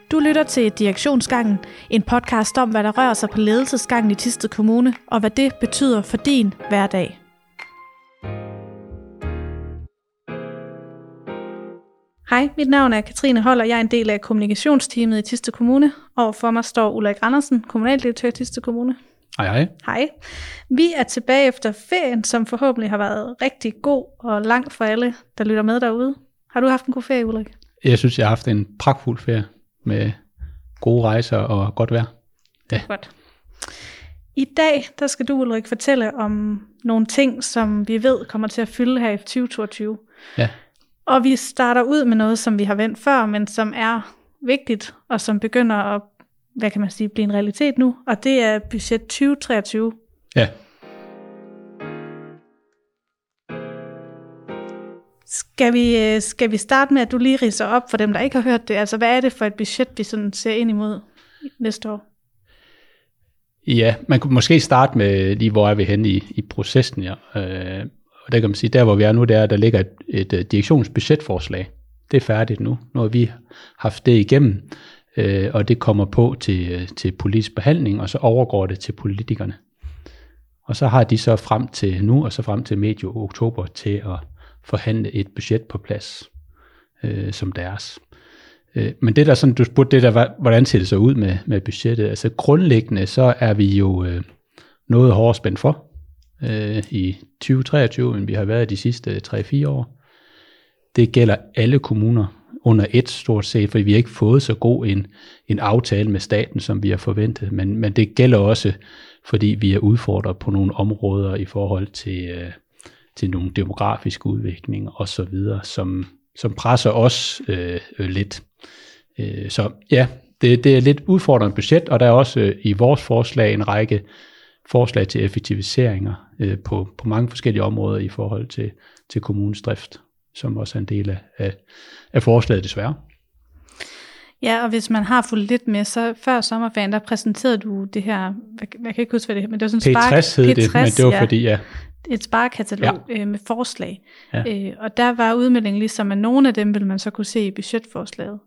Du lytter til Direktionsgangen, en podcast om, hvad der rører sig på ledelsesgangen i Thisted Kommune, og hvad det betyder for din hverdag. Hej, mit navn er Katrine Holler, jeg er en del af kommunikationsteamet i Thisted Kommune, og for mig står Ulrik Andersen, kommunaldirektør i Thisted Kommune. Hej, hej. Hej. Vi er tilbage efter ferien, som forhåbentlig har været rigtig god og lang for alle, der lytter med derude. Har du haft en god ferie, Ulrik? Jeg synes, jeg har haft en pragtfuld ferie med gode rejser og godt vejr. Ja. Godt. I dag, der skal du, Ulrik, fortælle om nogle ting, som vi ved kommer til at fylde her i 2022. Ja. Og vi starter ud med noget, som vi har vendt før, men som er vigtigt, og som begynder at, blive en realitet nu, og det er budget 2023. Ja. Skal vi starte med, at du lige ridser op for dem, der ikke har hørt det? Altså, hvad er det for et budget, vi sådan ser ind imod næste år? Ja, man kunne måske starte med lige, hvor er vi henne i processen, ja. Og der kan man sige, der hvor vi er nu, der ligger et direktionsbudgetforslag. Det er færdigt nu. Nu har vi haft det igennem, og det kommer på til politisk behandling, og så overgår det til politikerne. Og så har de så frem til nu, og så frem til medio oktober, til at forhandle et budget på plads som deres. Men det der sådan, du spurgte, hvordan ser det så ud med budgettet? Altså grundlæggende, så er vi jo noget hårdere spændt for i 2023, end vi har været de sidste 3-4 år. Det gælder alle kommuner under et stort set, fordi vi har ikke fået så god en aftale med staten, som vi har forventet. Men det gælder også, fordi vi er udfordret på nogle områder i forhold til nogle demografiske udviklinger osv., som presser os lidt. Så ja, det er lidt udfordrende budget, og der er også i vores forslag en række forslag til effektiviseringer på mange forskellige områder i forhold til kommunens drift, som også er en del af forslaget desværre. Ja, og hvis man har fulgt lidt med, så før sommerferien, der præsenterede du det her, jeg kan ikke huske, hvad det her, men det var sådan P60 hed det, men det var fordi, ja. Et sparekatalog med forslag. Ja. Og der var udmeldingen ligesom, at nogle af dem vil man så kunne se i budgetforslaget.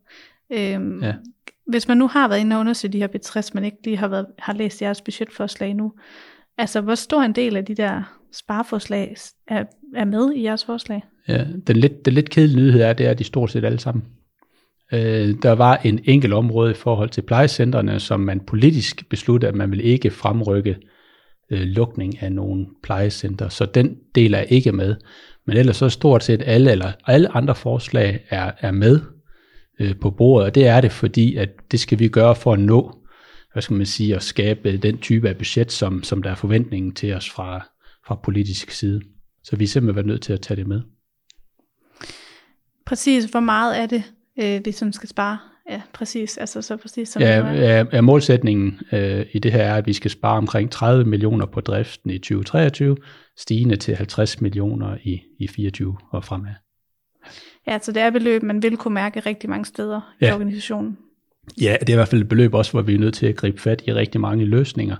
Hvis man nu har været inde og undersøge de her P60, men ikke lige har læst jeres budgetforslag nu, altså hvor stor en del af de der spareforslag er med i jeres forslag? Ja, den lidt kedelige nyhed er, det er de stort set alle sammen. Der var en enkelt område i forhold til plejecentrene, som man politisk besluttede, at man ville ikke fremrykke lukning af nogle plejecenter, så den del er ikke med. Men ellers så stort set alle andre forslag er med på bordet, og det er det, fordi at det skal vi gøre for at nå, at skabe den type af budget, som der er forventningen til os fra politisk side. Så vi er simpelthen været nødt til at tage det med. Præcis, hvor meget er det, vi sådan skal spare? Ja, præcis. Altså så præcis som målsætningen i det her er, at vi skal spare omkring 30 millioner på driften i 2023, stigende til 50 millioner i 24 og fremad. Ja, så det er beløb, man vil kunne mærke rigtig mange steder i organisationen. Ja, det er i hvert fald et beløb også, hvor vi er nødt til at gribe fat i rigtig mange løsninger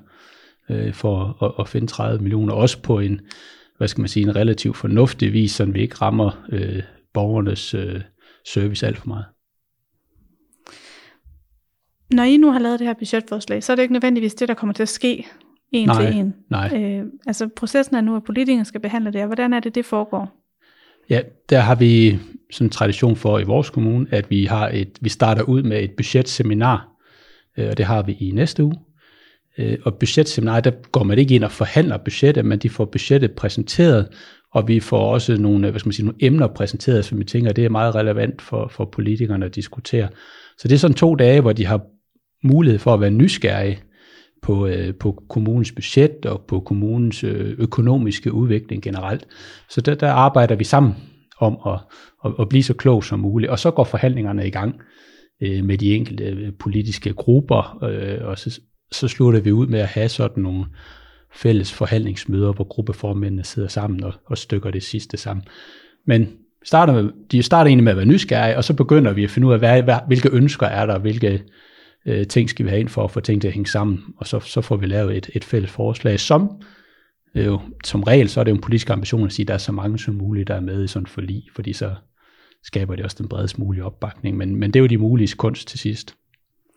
for at finde 30 millioner, også på en relativt fornuftig vis, så vi ikke rammer borgernes service alt for meget. Når I nu har lavet det her budgetforslag, så er det ikke nødvendigvis det, der kommer til at ske en til en. Nej. Altså processen er nu, at politikerne skal behandle det, og hvordan er det foregår? Ja, der har vi sådan en tradition for i vores kommune, at vi starter ud med et budgetseminar, og det har vi i næste uge. Og budgetseminar, der går man ikke ind og forhandler budgettet, men de får budgettet præsenteret, og vi får også nogle emner præsenteret, som vi tænker, det er meget relevant for politikerne at diskutere. Så det er sådan 2 dage, hvor de har mulighed for at være nysgerrige på kommunens budget og på kommunens økonomiske udvikling generelt. Så der arbejder vi sammen om at blive så klog som muligt, og så går forhandlingerne i gang med de enkelte politiske grupper, og så slutter vi ud med at have sådan nogle fælles forhandlingsmøder, hvor gruppeformændene sidder sammen og stykker det sidste sammen. Men de starter egentlig med at være nysgerrige, og så begynder vi at finde ud af, hvilke ønsker er der, hvilke ting skal vi have ind for at få ting til at hænge sammen, og så får vi lavet et fælles forslag, som regel, så er det jo en politisk ambition at sige, at der er så mange som muligt, der er med i sådan en forlig, fordi så skaber det også den bredest mulige opbakning, men det er jo de mulige kunst til sidst.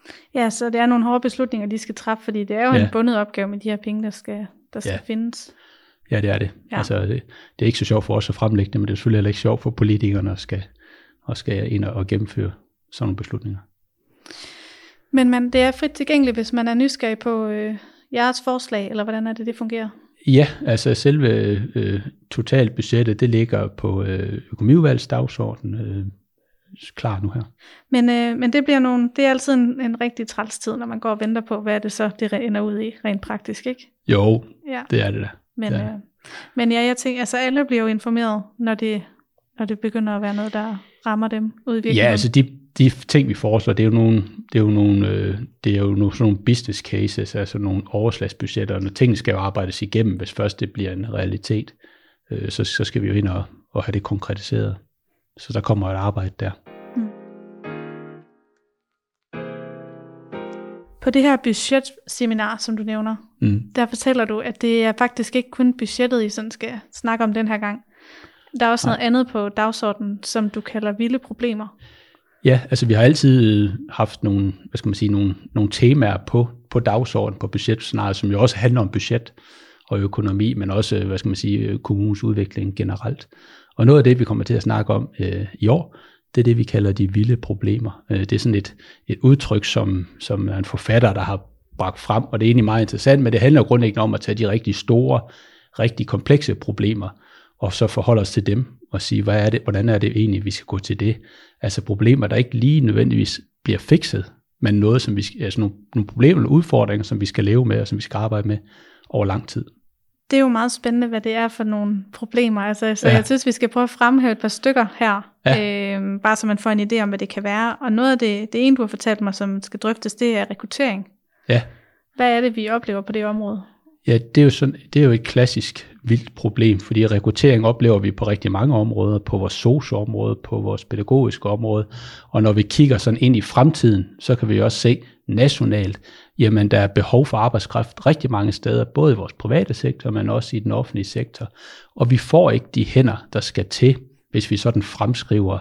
Ja, så det er nogle hårde beslutninger, de skal træffe, fordi det er jo en bundet opgave med de her penge, der skal findes. Ja, det er det. Ja. Altså, det er ikke så sjovt for os at fremlægge det, men det er selvfølgelig heller ikke sjovt for politikerne at skal ind og gennemføre sådan nogle beslutninger. Men det er frit tilgængeligt, hvis man er nysgerrig på jeres forslag, eller hvordan er det fungerer? Ja, altså selve totalbudgettet, det ligger på økonomiudvalgets dagsorden, klar nu her. Men det er altid en rigtig træls tid, når man går og venter på, hvad er det så, det ender ud i rent praktisk, ikke? Jo, det er det da. Men jeg tænker, altså alle bliver jo informeret, når det begynder at være noget, der rammer dem ude i virkeligheden. Ja, altså de ting, vi foreslår, det er jo sådan nogle business cases, altså nogle overslagsbudgetter, og når tingene skal jo arbejdes igennem, hvis først det bliver en realitet, så skal vi jo ind og have det konkretiseret. Så der kommer et arbejde der. På det her budgetseminar, som du nævner, der fortæller du, at det er faktisk ikke kun budgettet, I sådan skal snakke om den her gang. Der er også noget andet på dagsordenen, som du kalder vilde problemer. Ja, altså vi har altid haft nogle temaer på dagsordenen, på budgetscenariet, som jo også handler om budget og økonomi, men også, kommunens udvikling generelt. Og noget af det, vi kommer til at snakke om i år, det er det, vi kalder de vilde problemer. Det er sådan et udtryk, som er en forfatter, der har bragt frem, og det er egentlig meget interessant, men det handler jo grundlæggende om at tage de rigtig store, rigtig komplekse problemer, og så forholde os til dem, og sige, hvordan er det egentlig, vi skal gå til det? Altså problemer, der ikke lige nødvendigvis bliver fikset, men noget, som nogle problemer eller udfordringer, som vi skal leve med, og som vi skal arbejde med over lang tid. Det er jo meget spændende, hvad det er for nogle problemer. Altså, så jeg synes, vi skal prøve at fremhæve et par stykker her, bare så man får en idé om, hvad det kan være. Og noget af det ene, du har fortalt mig, som skal drøftes, det er rekruttering. Ja. Hvad er det, vi oplever på det område? Ja, det er jo et klassisk vildt problem, fordi rekruttering oplever vi på rigtig mange områder, på vores socio-område, på vores pædagogiske område, og når vi kigger sådan ind i fremtiden, så kan vi også se nationalt, jamen der er behov for arbejdskraft rigtig mange steder, både i vores private sektor, men også i den offentlige sektor, og vi får ikke de hænder, der skal til, hvis vi sådan fremskriver,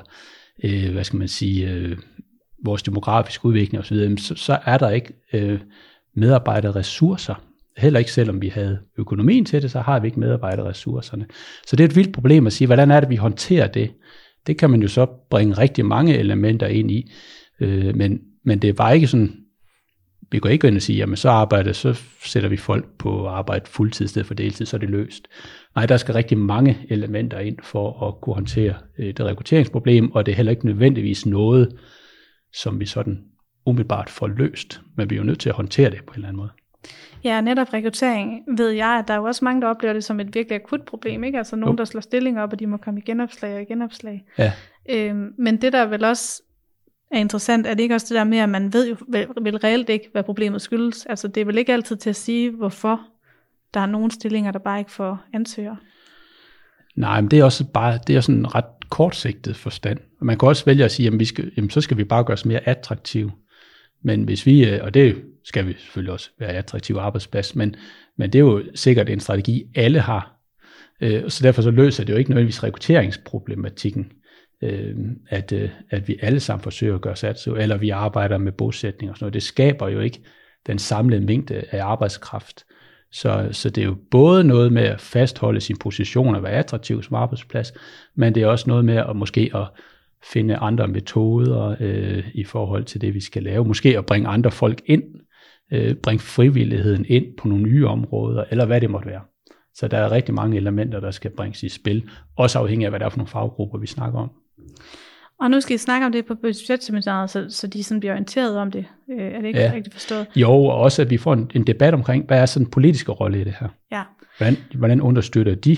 vores demografiske udvikling osv., så er der ikke medarbejderressourcer. Heller ikke selvom vi havde økonomien til det, så har vi ikke medarbejderressourcerne. Så det er et vildt problem at sige, hvordan er det, vi håndterer det? Det kan man jo så bringe rigtig mange elementer ind i, men det er bare ikke sådan, vi går ikke ind og sige, jamen så sætter vi folk på arbejde fuldtid i stedet for deltid, så er det løst. Nej, der skal rigtig mange elementer ind for at kunne håndtere det rekrutteringsproblem, og det er heller ikke nødvendigvis noget, som vi sådan umiddelbart får løst, men vi er jo nødt til at håndtere det på en eller anden måde. Ja, netop rekruttering ved jeg, at der er jo også mange, der oplever det som et virkelig akut problem, ikke? Altså nogen, der slår stillinger op, og de må komme i genopslag. Ja. Men det der vel også er interessant, er det ikke også det der med, at man ved jo vel reelt ikke, hvad problemet skyldes. Altså det er vel ikke altid til at sige, hvorfor der er nogle stillinger, der bare ikke får ansøgere. Nej, men det er også sådan en ret kortsigtet forstand. Og man kan også vælge at sige, jamen så skal vi bare gøre os mere attraktive. Men hvis vi, og det skal vi selvfølgelig også være attraktiv arbejdsplads, men det er jo sikkert en strategi, alle har. Så derfor så løser det jo ikke nødvendigvis rekrutteringsproblematikken, at vi alle sammen forsøger at gøre sig attraktive, eller vi arbejder med bosætning og sådan noget. Det skaber jo ikke den samlede mængde af arbejdskraft. Så det er jo både noget med at fastholde sin position og være attraktiv som arbejdsplads, men det er også noget med at måske at finde andre metoder i forhold til det, vi skal lave. Måske at bringe andre folk ind, bringe frivilligheden ind på nogle nye områder, eller hvad det måtte være. Så der er rigtig mange elementer, der skal bringes i spil, også afhængig af, hvad der er for nogle faggrupper, vi snakker om. Og nu skal I snakke om det på budgetseminaret, så de sådan bliver orienteret om det. Er det ikke rigtigt forstået? Jo, og også at vi får en debat omkring, hvad er sådan en politisk rolle i det her? Ja. Hvordan understøtter de,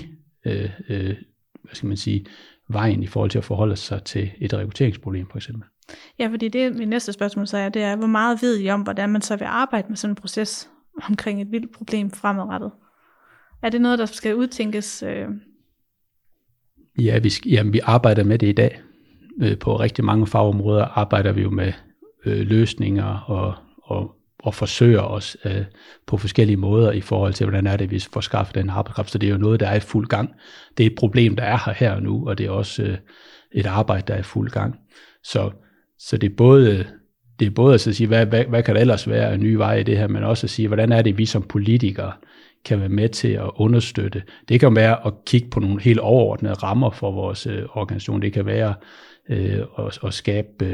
vejen i forhold til at forholde sig til et rekrutteringsproblem, for eksempel? Ja, fordi det mit næste spørgsmål så er, det er, hvor meget ved I om, hvordan man så vil arbejde med sådan en proces omkring et vildt problem fremadrettet? Er det noget, der skal udtænkes? Ja, vi arbejder med det i dag. På rigtig mange fagområder arbejder vi jo med løsninger og forsøger os på forskellige måder i forhold til, hvordan er det, vi får skaffet den arbejdskraft. Så det er jo noget, der er i fuld gang. Det er et problem, der er her og nu, og det er også et arbejde, der er i fuld gang. Så det er både det er både at sige, hvad kan der ellers være af nye veje i det her, men også at sige, hvordan er det, vi som politikere kan være med til at understøtte. Det kan være at kigge på nogle helt overordnede rammer for vores organisation. Det kan være at skabe,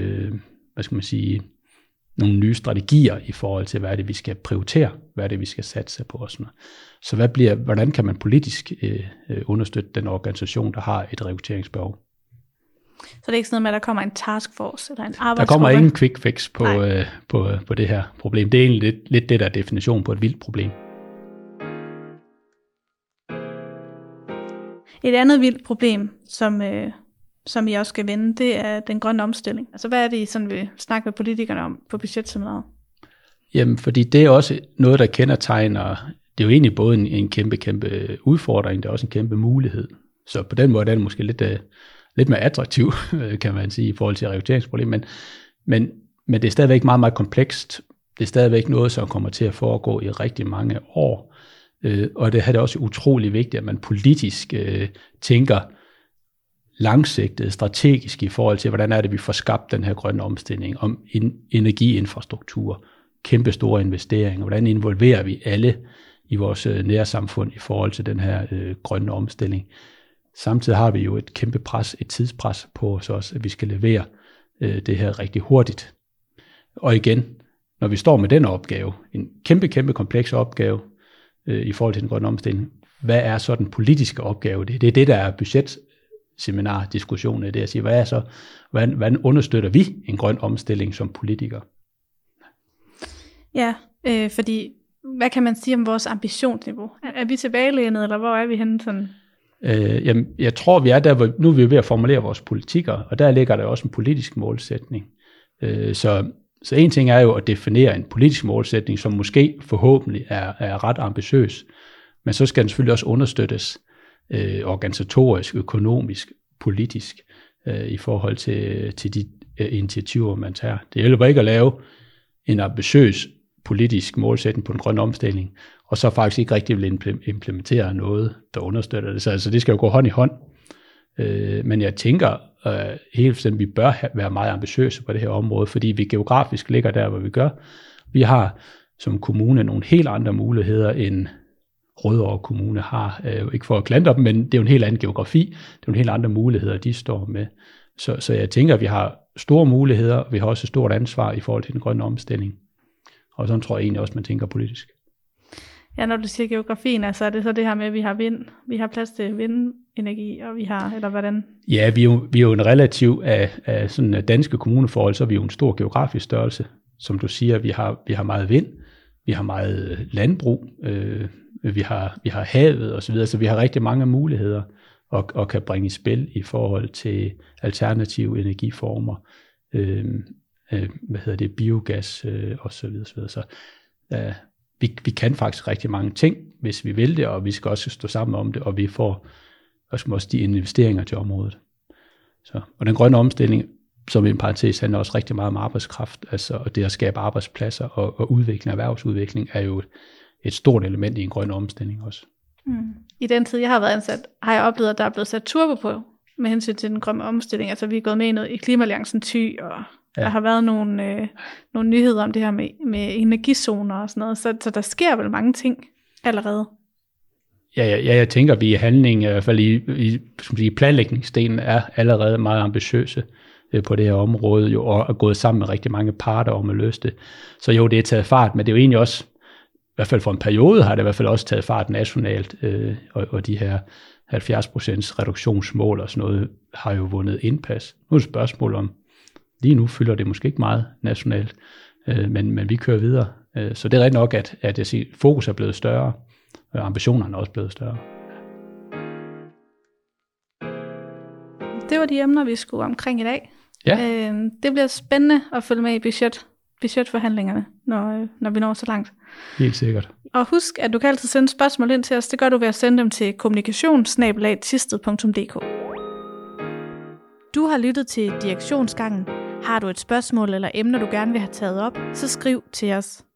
nogle nye strategier i forhold til, hvad er det, vi skal prioritere, hvad er det, vi skal satse på. Og sådan noget. Så hvordan kan man politisk understøtte den organisation, der har et rekrutteringsbehov? Så det er ikke sådan noget med, at der kommer en taskforce eller en arbejdsgruppe? Der kommer ingen quick fix på det her problem. Det er egentlig lidt det, der er definition på et vildt problem. Et andet vildt problem, som I også skal vende, det er den grønne omstilling. Altså hvad er det, I sådan vil snakke med politikerne om på budgetseminaret? Jamen, fordi det er også noget, der kendetegner, det er jo egentlig både en kæmpe udfordring, det er også en kæmpe mulighed. Så på den måde er det måske lidt mere attraktiv, kan man sige, i forhold til rekrutteringsproblem, men det er stadigvæk meget, meget komplekst. Det er stadigvæk noget, som kommer til at foregå i rigtig mange år, og det er også utrolig vigtigt, at man politisk tænker langsigtet, strategisk i forhold til, hvordan er det, vi får skabt den her grønne omstilling, om energiinfrastruktur, kæmpe store investeringer, hvordan involverer vi alle i vores nærsamfund i forhold til den her grønne omstilling. Samtidig har vi jo et kæmpe pres, et tidspres på os også, at vi skal levere det her rigtig hurtigt. Og igen, når vi står med den opgave, en kæmpe kompleks opgave i forhold til den grønne omstilling, hvad er så den politiske opgave? Det er det, der er budgetseminar-diskussionen, det er at sige, hvordan understøtter vi en grøn omstilling som politikere? Ja, fordi hvad kan man sige om vores ambitionsniveau? Er vi tilbagelænet, eller hvor er vi henne sådan? Jamen, jeg tror, vi er der, hvor nu er vi ved at formulere vores politikker, og der ligger der også en politisk målsætning. Så en ting er jo at definere en politisk målsætning, som måske forhåbentlig er ret ambitiøs, men så skal den selvfølgelig også understøttes organisatorisk, økonomisk, politisk i forhold til de initiativer, man tager. Det hjælper ikke at lave en ambitiøs politisk målsætning på en grøn omstilling, og så faktisk ikke rigtig vil implementere noget, der understøtter det. Så altså, det skal jo gå hånd i hånd. Men jeg tænker helt bestemt, vi bør være meget ambitiøse på det her område, fordi vi geografisk ligger der, hvor vi gør. Vi har som kommune nogle helt andre muligheder, end Rødovre Kommune har. Ikke for at klandre dem, men det er jo en helt anden geografi. Det er jo en helt andre muligheder, de står med. Så jeg tænker, at vi har store muligheder, og vi har også et stort ansvar i forhold til den grønne omstilling. Og sådan tror jeg egentlig også, man tænker politisk. Ja, når du siger geografien, altså er det så det her med, at vi har vind, vi har plads til vindenergi, og vi har, eller hvordan? Ja, vi er jo en relativ af sådan danske kommuneforhold, så er vi jo en stor geografisk størrelse. Som du siger, vi har meget vind, vi har meget landbrug, vi har havet osv., så vi har rigtig mange muligheder og kan bringe i spil i forhold til alternative energiformer, biogas osv. Så vi kan faktisk rigtig mange ting, hvis vi vil det, og vi skal også stå sammen om det, og vi får også de investeringer til området. Og den grønne omstilling, som i en parentes, handler også rigtig meget om arbejdskraft, altså, og det at skabe arbejdspladser og udvikling, erhvervsudvikling, er jo et stort element i en grøn omstilling også. I den tid, jeg har været ansat, har jeg oplevet, at der er blevet sat turbo på med hensyn til den grønne omstilling. Altså vi er gået med i Klimalliancen Thy, og der har været nogle nyheder om det her med energizoner og sådan noget. Så der sker vel mange ting allerede. Ja, jeg tænker, at vi i handling, i hvert fald i planlægningsdelen, er allerede meget ambitiøse på det her område, jo, og er gået sammen med rigtig mange parter om at løse det. Så jo, det er taget fart, men det er jo egentlig også, i hvert fald for en periode, har det i hvert fald også taget fart nationalt, og de her 70% reduktionsmål og sådan noget, har jo vundet indpas. Nu er det et spørgsmål om, lige nu fylder det måske ikke meget nationalt, men vi kører videre. Så det er rigtig nok, at jeg siger, fokus er blevet større, og ambitionerne er også blevet større. Det var de emner, vi skulle omkring i dag. Ja. Det bliver spændende at følge med i budgetforhandlingerne, når vi når så langt. Helt sikkert. Og husk, at du kan altid sende spørgsmål ind til os. Det gør du ved at sende dem til kommunikation@thisted.dk. Du har lyttet til Direktionsgangen. Har du et spørgsmål eller emner, du gerne vil have taget op, så skriv til os.